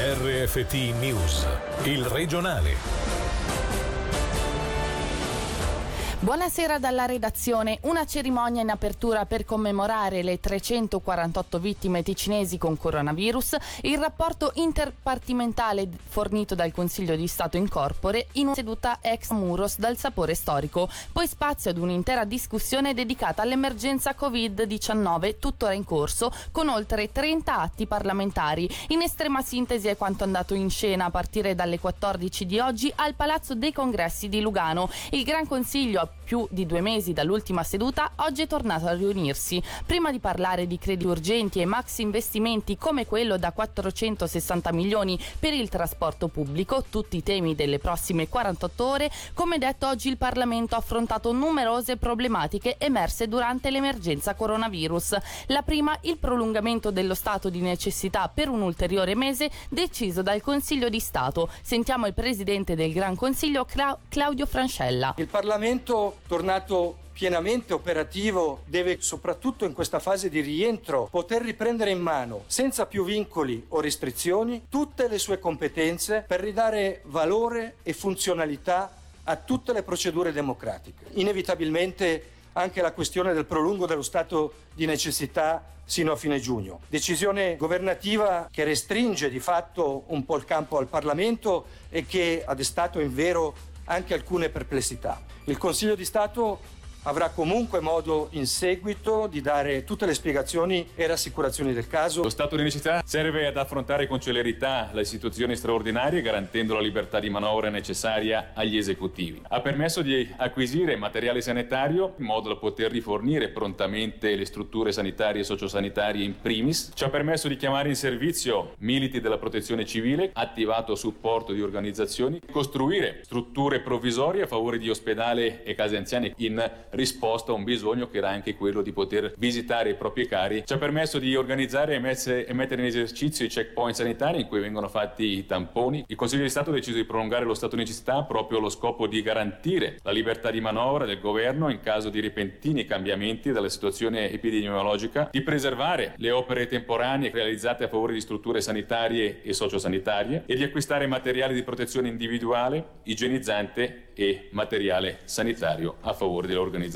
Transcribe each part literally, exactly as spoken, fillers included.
R F T News, il regionale. Buonasera dalla redazione. Una cerimonia in apertura per commemorare le trecentoquarantotto vittime ticinesi con coronavirus, il rapporto interpartimentale fornito dal Consiglio di Stato in corpore in una seduta ex muros dal sapore storico, poi spazio ad un'intera discussione dedicata all'emergenza covid diciannove tuttora in corso, con oltre trenta atti parlamentari. In estrema sintesi è quanto andato in scena a partire dalle quattordici di oggi al Palazzo dei Congressi di Lugano. Il Gran Consiglio, a più di due mesi dall'ultima seduta, oggi è tornato a riunirsi. Prima di parlare di crediti urgenti e maxi investimenti come quello da quattrocentosessanta milioni per il trasporto pubblico, tutti i temi delle prossime quarantotto ore, come detto oggi il Parlamento ha affrontato numerose problematiche emerse durante l'emergenza coronavirus. La prima, il prolungamento dello stato di necessità per un ulteriore mese deciso dal Consiglio di Stato. Sentiamo il Presidente del Gran Consiglio, Cla- Claudio Francella. Il Parlamento, tornato pienamente operativo, deve soprattutto in questa fase di rientro poter riprendere in mano, senza più vincoli o restrizioni, tutte le sue competenze per ridare valore e funzionalità a tutte le procedure democratiche. Inevitabilmente anche la questione del prolungo dello stato di necessità sino a fine giugno. Decisione governativa che restringe di fatto un po' il campo al Parlamento e che ha destato in vero anche alcune perplessità. Il Consiglio di Stato avrà comunque modo in seguito di dare tutte le spiegazioni e rassicurazioni del caso. Lo stato di necessità serve ad affrontare con celerità le situazioni straordinarie, garantendo la libertà di manovra necessaria agli esecutivi. Ha permesso di acquisire materiale sanitario in modo da poter rifornire prontamente le strutture sanitarie e sociosanitarie in primis. Ci ha permesso di chiamare in servizio militi della protezione civile, attivato supporto di organizzazioni, costruire strutture provvisorie a favore di ospedali e case anziane in risposta a un bisogno che era anche quello di poter visitare i propri cari. Ci ha permesso di organizzare e, messe, e mettere in esercizio i checkpoint sanitari in cui vengono fatti i tamponi. Il Consiglio di Stato ha deciso di prolungare lo stato di necessità proprio allo scopo di garantire la libertà di manovra del governo in caso di repentini cambiamenti dalla situazione epidemiologica, di preservare le opere temporanee realizzate a favore di strutture sanitarie e sociosanitarie e di acquistare materiali di protezione individuale, igienizzante e materiale sanitario a favore delle organizzazioni.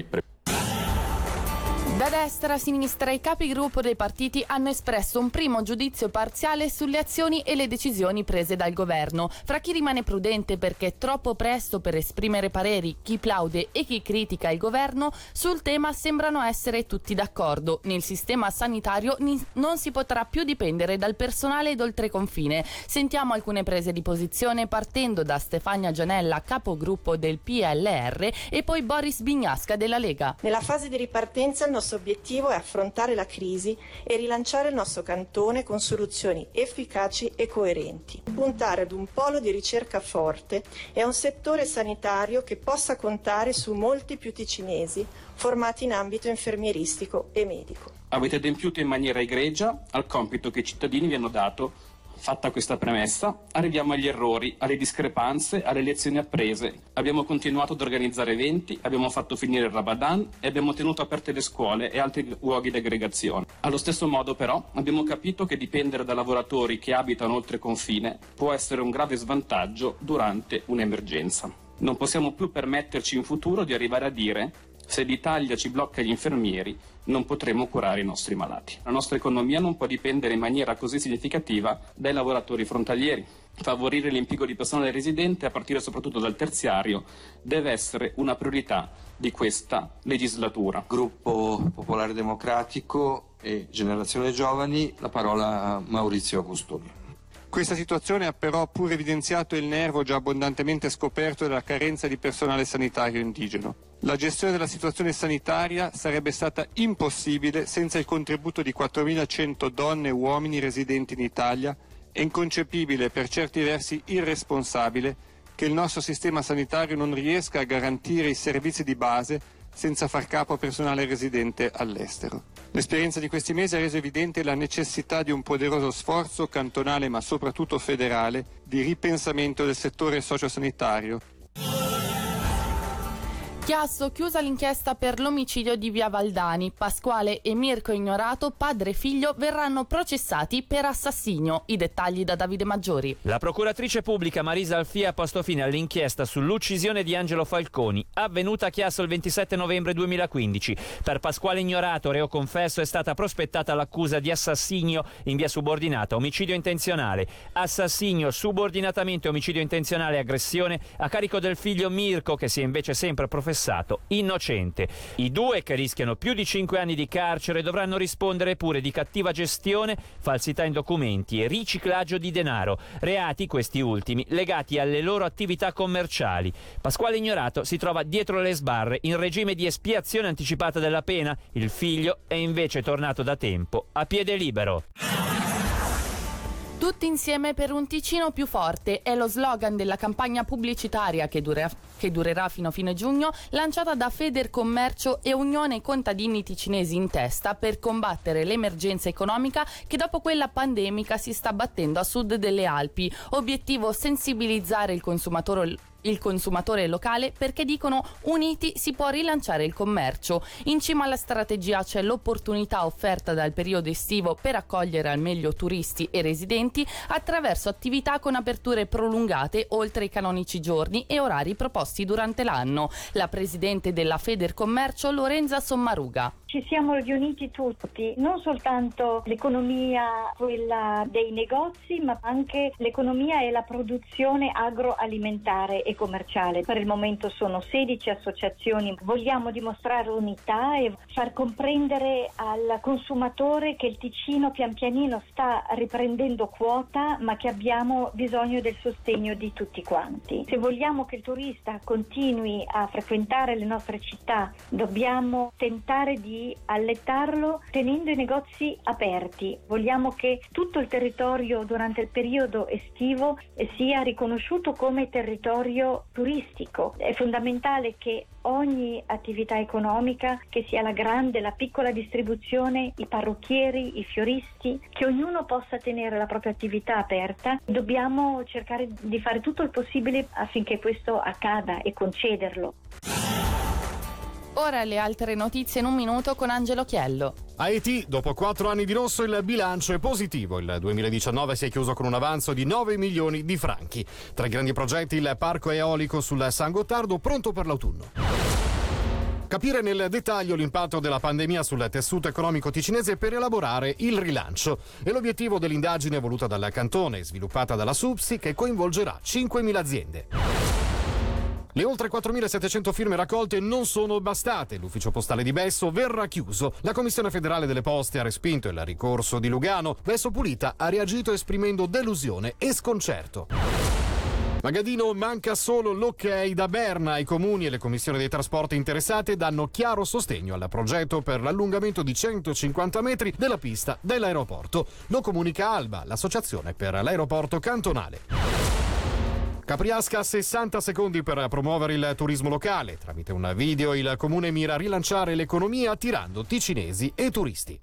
Da destra a sinistra i capigruppo dei partiti hanno espresso un primo giudizio parziale sulle azioni e le decisioni prese dal governo. Fra chi rimane prudente perché è troppo presto per esprimere pareri, chi plaude e chi critica il governo, sul tema sembrano essere tutti d'accordo. Nel sistema sanitario non si potrà più dipendere dal personale d'oltreconfine. Sentiamo alcune prese di posizione partendo da Stefania Gianella, capogruppo del P L R, e poi Boris Bignasca della Lega. Nella fase di ripartenza il nostro Il nostro obiettivo è affrontare la crisi e rilanciare il nostro cantone con soluzioni efficaci e coerenti. Puntare ad un polo di ricerca forte e a un settore sanitario che possa contare su molti più ticinesi formati in ambito infermieristico e medico. Avete adempiuto in maniera egregia al compito che i cittadini vi hanno dato. Fatta questa premessa, arriviamo agli errori, alle discrepanze, alle lezioni apprese. Abbiamo continuato ad organizzare eventi, abbiamo fatto finire il Ramadan e abbiamo tenuto aperte le scuole e altri luoghi di aggregazione. Allo stesso modo, però, abbiamo capito che dipendere da lavoratori che abitano oltre confine può essere un grave svantaggio durante un'emergenza. Non possiamo più permetterci in futuro di arrivare a dire: se l'Italia ci blocca gli infermieri, non potremo curare i nostri malati. La nostra economia non può dipendere in maniera così significativa dai lavoratori frontalieri. Favorire l'impiego di personale residente, a partire soprattutto dal terziario, deve essere una priorità di questa legislatura. Gruppo Popolare Democratico e Generazione Giovani, la parola a Maurizio Augustoni. Questa situazione ha però pur evidenziato il nervo già abbondantemente scoperto della carenza di personale sanitario indigeno. La gestione della situazione sanitaria sarebbe stata impossibile senza il contributo di quattromilacento donne e uomini residenti in Italia e inconcepibile, per certi versi irresponsabile, che il nostro sistema sanitario non riesca a garantire i servizi di base senza far capo a personale residente all'estero. L'esperienza di questi mesi ha reso evidente la necessità di un poderoso sforzo cantonale ma soprattutto federale di ripensamento del settore sociosanitario. Chiasso, chiusa l'inchiesta per l'omicidio di via Valdani. Pasquale e Mirko Ignorato, padre e figlio, verranno processati per assassinio. I dettagli da Davide Maggiori. La procuratrice pubblica Marisa Alfia ha posto fine all'inchiesta sull'uccisione di Angelo Falconi, avvenuta a Chiasso il ventisette novembre duemilaquindici. Per Pasquale Ignorato, reo confesso, è stata prospettata l'accusa di assassinio in via subordinata, omicidio intenzionale, assassinio, subordinatamente omicidio intenzionale e aggressione a carico del figlio Mirko, che si è invece sempre professato innocente. I due, che rischiano più di cinque anni di carcere, dovranno rispondere pure di cattiva gestione, falsità in documenti e riciclaggio di denaro, reati questi ultimi legati alle loro attività commerciali. Pasquale Ignorato si trova dietro le sbarre in regime di espiazione anticipata della pena. Il figlio è invece tornato da tempo a piede libero. Tutti insieme per un Ticino più forte è lo slogan della campagna pubblicitaria che durerà, che durerà fino a fine giugno, lanciata da Federcommercio e Unione Contadini Ticinesi in testa per combattere l'emergenza economica che dopo quella pandemica si sta battendo a sud delle Alpi. Obiettivo: sensibilizzare il consumatore il consumatore locale, perché dicono uniti si può rilanciare il commercio. In cima alla strategia c'è l'opportunità offerta dal periodo estivo per accogliere al meglio turisti e residenti attraverso attività con aperture prolungate oltre i canonici giorni e orari proposti durante l'anno. La presidente della Federcommercio, Lorenza Sommaruga. Ci siamo riuniti tutti, non soltanto l'economia, quella dei negozi, ma anche l'economia e la produzione agroalimentare e commerciale. Per il momento sono sedici associazioni. Vogliamo dimostrare unità e far comprendere al consumatore che il Ticino pian pianino sta riprendendo quota, ma che abbiamo bisogno del sostegno di tutti quanti. Se vogliamo che il turista continui a frequentare le nostre città, dobbiamo tentare di allettarlo tenendo i negozi aperti. Vogliamo che tutto il territorio durante il periodo estivo sia riconosciuto come territorio turistico. È fondamentale che ogni attività economica, che sia la grande, la piccola distribuzione, i parrucchieri, i fioristi, che ognuno possa tenere la propria attività aperta. Dobbiamo cercare di fare tutto il possibile affinché questo accada e concederlo. Ora le altre notizie in un minuto con Angelo Chiello. A E T, dopo quattro anni di rosso, il bilancio è positivo. Il duemiladiciannove si è chiuso con un avanzo di nove milioni di franchi. Tra i grandi progetti il parco eolico sul San Gottardo, pronto per l'autunno. Capire nel dettaglio l'impatto della pandemia sul tessuto economico ticinese per elaborare il rilancio. È l'obiettivo dell'indagine voluta dal Cantone, sviluppata dalla SUPSI, che coinvolgerà cinquemila aziende. Le oltre quattromilasettecento firme raccolte non sono bastate. L'ufficio postale di Besso verrà chiuso. La Commissione federale delle poste ha respinto il ricorso di Lugano. Besso Pulita ha reagito esprimendo delusione e sconcerto. Magadino, manca solo l'ok da Berna. I comuni e le commissioni dei trasporti interessate danno chiaro sostegno al progetto per l'allungamento di centocinquanta metri della pista dell'aeroporto. Lo comunica Alba, l'associazione per l'aeroporto cantonale. Capriasca, sessanta secondi per promuovere il turismo locale. Tramite un video il comune mira a rilanciare l'economia attirando ticinesi e turisti.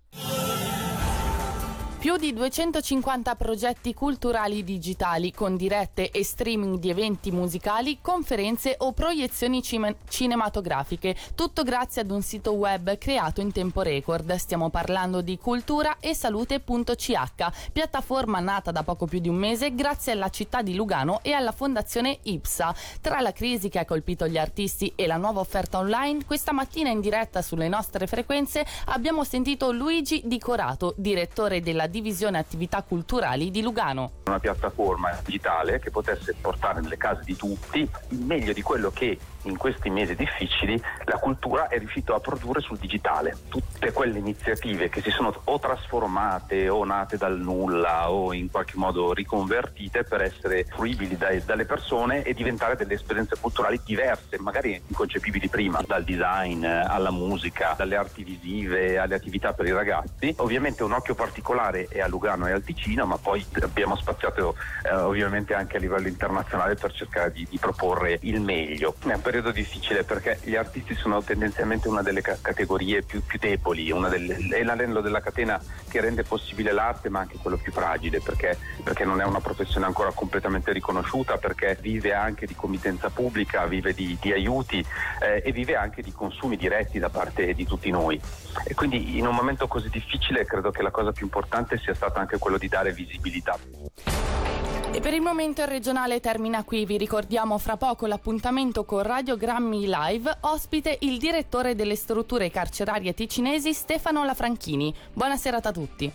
Più di duecentocinquanta progetti culturali digitali con dirette e streaming di eventi musicali, conferenze o proiezioni cime- cinematografiche. Tutto grazie ad un sito web creato in tempo record. Stiamo parlando di cultura e salute punto c h, piattaforma nata da poco più di un mese grazie alla città di Lugano e alla fondazione IPSA. Tra la crisi che ha colpito gli artisti e la nuova offerta online, questa mattina in diretta sulle nostre frequenze abbiamo sentito Luigi Di Corato, direttore della divisione attività culturali di Lugano. Una piattaforma digitale che potesse portare nelle case di tutti il meglio di quello che in questi mesi difficili la cultura è riuscita a produrre sul digitale. Tutte quelle iniziative che si sono o trasformate o nate dal nulla o in qualche modo riconvertite per essere fruibili dai, dalle persone e diventare delle esperienze culturali diverse, magari inconcepibili prima, dal design alla musica, dalle arti visive alle attività per i ragazzi. Ovviamente un occhio particolare è a Lugano e al Ticino, ma poi abbiamo spaziato eh, ovviamente anche a livello internazionale per cercare di, di proporre il meglio. Per periodo difficile perché gli artisti sono tendenzialmente una delle ca- categorie più, più deboli, una delle, è l'anello della catena che rende possibile l'arte, ma anche quello più fragile, perché, perché non è una professione ancora completamente riconosciuta, perché vive anche di committenza pubblica, vive di, di aiuti eh, e vive anche di consumi diretti da parte di tutti noi. E quindi in un momento così difficile credo che la cosa più importante sia stata anche quello di dare visibilità. E per il momento il regionale termina qui. Vi ricordiamo fra poco l'appuntamento con Radiogrammi Live, ospite il direttore delle strutture carcerarie ticinesi Stefano Lafranchini. Buona serata a tutti.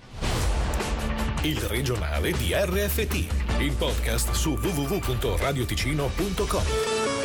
Il regionale di R F T, il podcast su w w w punto radioticino punto com.